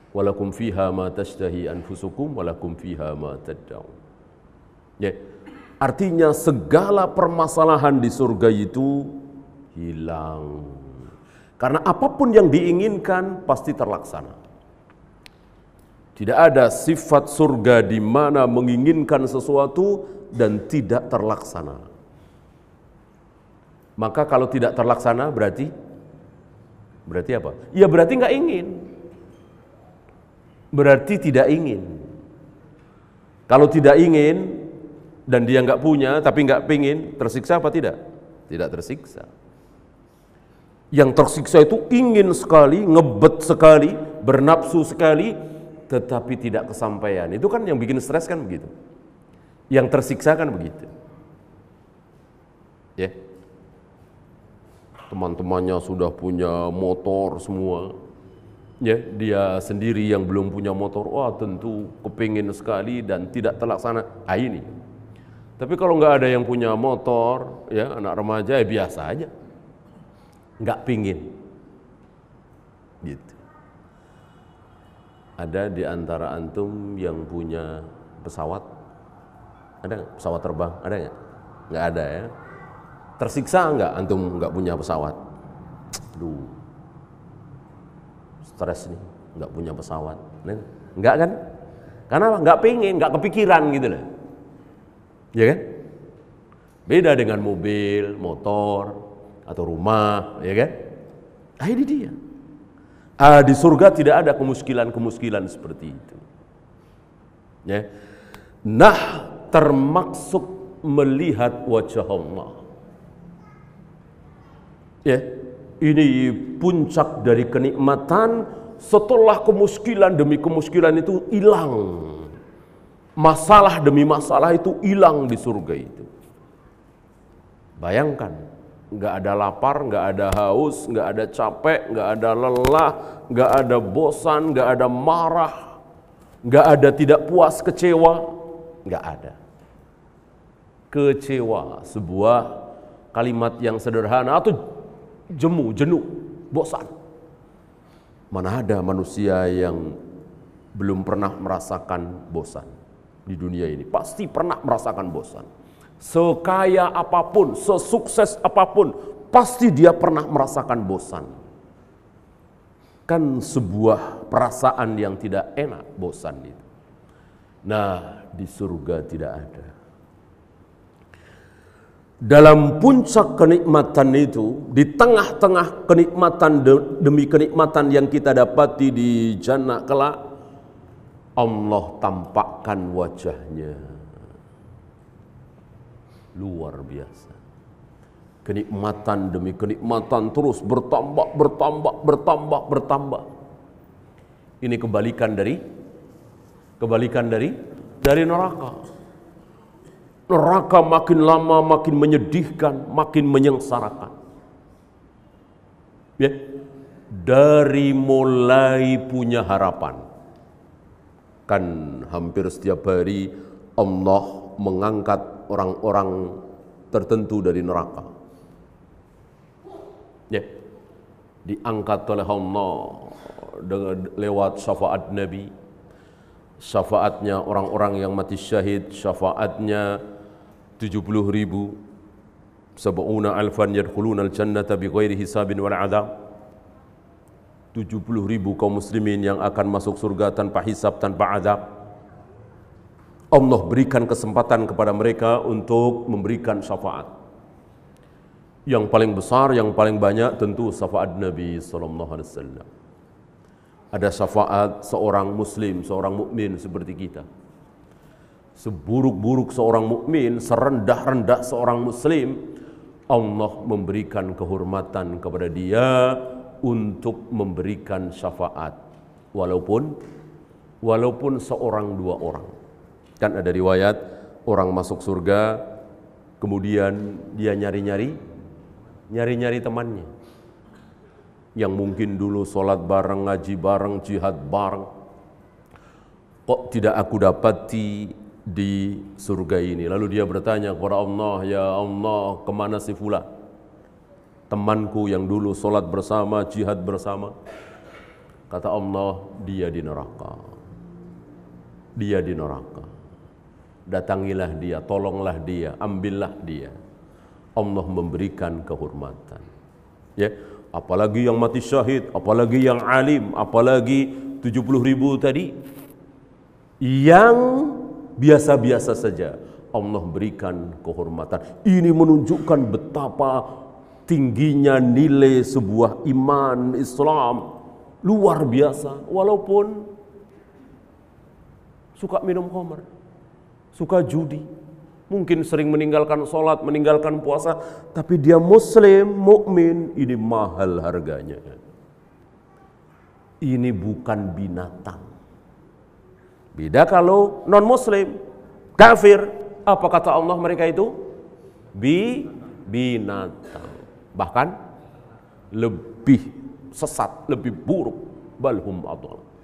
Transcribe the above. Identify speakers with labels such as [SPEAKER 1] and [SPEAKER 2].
[SPEAKER 1] walakum fiha ma tashtahi anfusukum walakum fiha ma tad'un. Ya. Artinya segala permasalahan di surga itu hilang. Karena apapun yang diinginkan pasti terlaksana. Tidak ada sifat surga di mana menginginkan sesuatu dan tidak terlaksana. Maka kalau tidak terlaksana berarti apa? Ya berarti nggak ingin. Berarti tidak ingin. Kalau tidak ingin dan dia nggak punya tapi nggak pingin, tersiksa apa tidak? Tidak tersiksa. Yang tersiksa itu ingin sekali, ngebet sekali, bernafsu sekali, tetapi tidak kesampaian. Itu kan yang bikin stres kan begitu. Yang tersiksa kan begitu. Ya. Teman-temannya sudah punya motor semua. Ya, dia sendiri yang belum punya motor, wah tentu kepingin sekali dan tidak terlaksana. Ini. Tapi kalau nggak ada yang punya motor, ya anak remaja ya biasa aja, nggak pingin. Gitu. Ada di antara antum yang punya pesawat? Ada nggak? Pesawat terbang? Ada nggak? Nggak ada ya. Tersiksa nggak antum nggak punya pesawat? Duh, stres nih, nggak punya pesawat. Nggak kan? Karena nggak pingin, nggak kepikiran gitu loh. Ya kan? Beda dengan mobil, motor, atau rumah, ya kan? Ini dia. Di surga tidak ada kemuskilan-kemuskilan seperti itu. Ya. Nah, termaksud melihat wajah Allah. Ya, ini puncak dari kenikmatan setelah kemuskilan demi kemuskilan itu hilang. Masalah demi masalah itu hilang di surga itu. Bayangkan, nggak ada lapar, nggak ada haus, nggak ada capek, nggak ada lelah, nggak ada bosan, nggak ada marah, nggak ada tidak puas, kecewa, nggak ada. Kecewa, sebuah kalimat yang sederhana atau jemu, jenuh, bosan. Mana ada manusia yang belum pernah merasakan bosan di dunia ini? Pasti pernah merasakan bosan. Sekaya apapun, sesukses apapun, pasti dia pernah merasakan bosan. Kan sebuah perasaan yang tidak enak, bosan itu. Nah, di surga tidak ada. Dalam puncak kenikmatan itu, di tengah-tengah kenikmatan demi kenikmatan yang kita dapati di jannah kelak, Allah tampakkan wajahnya. Luar biasa. Kenikmatan demi kenikmatan terus bertambah. Ini kebalikan dari neraka. Neraka makin lama makin menyedihkan, makin menyengsarakan. Ya. Dari mulai punya harapan. Kan hampir setiap hari Allah mengangkat orang-orang tertentu dari neraka. Ya. Diangkat oleh Allah lewat syafaat Nabi. Syafaatnya orang-orang yang mati syahid, syafaatnya 70.000, sab'una alfan yadkhuluna al-jannata bighairi hisabin wal adab. 70.000 kaum muslimin yang akan masuk surga tanpa hisab, tanpa azab. Allah berikan kesempatan kepada mereka untuk memberikan syafaat. Yang paling besar, yang paling banyak tentu syafaat Nabi sallallahu alaihi wasallam. Ada syafaat seorang muslim, seorang mukmin seperti kita. Seburuk-buruk seorang mukmin, serendah-rendah seorang muslim, Allah memberikan kehormatan kepada dia untuk memberikan syafaat. Walaupun seorang dua orang. Kan ada riwayat orang masuk surga, kemudian dia nyari-nyari temannya. Yang mungkin dulu sholat bareng, ngaji bareng, jihad bareng. Kok tidak aku dapati di surga ini? Lalu dia bertanya kepada Allah, ya Allah, kemana si fulan? Temanku yang dulu sholat bersama, jihad bersama. Kata Allah, dia di neraka. Dia di neraka. Datangilah dia, tolonglah dia, ambillah dia. Allah memberikan kehormatan. Ya, apalagi yang mati syahid, apalagi yang alim, apalagi 70.000 tadi yang biasa-biasa saja, Allah berikan kehormatan. Ini menunjukkan betapa tingginya nilai sebuah iman Islam, luar biasa. Walaupun suka minum khamr, suka judi, mungkin sering meninggalkan sholat, meninggalkan puasa, tapi dia muslim, mukmin, ini mahal harganya. Ini bukan binatang. Beda kalau non muslim, kafir, apa kata Allah mereka itu? Binatang. Bahkan lebih sesat, lebih buruk. Balhum adhal.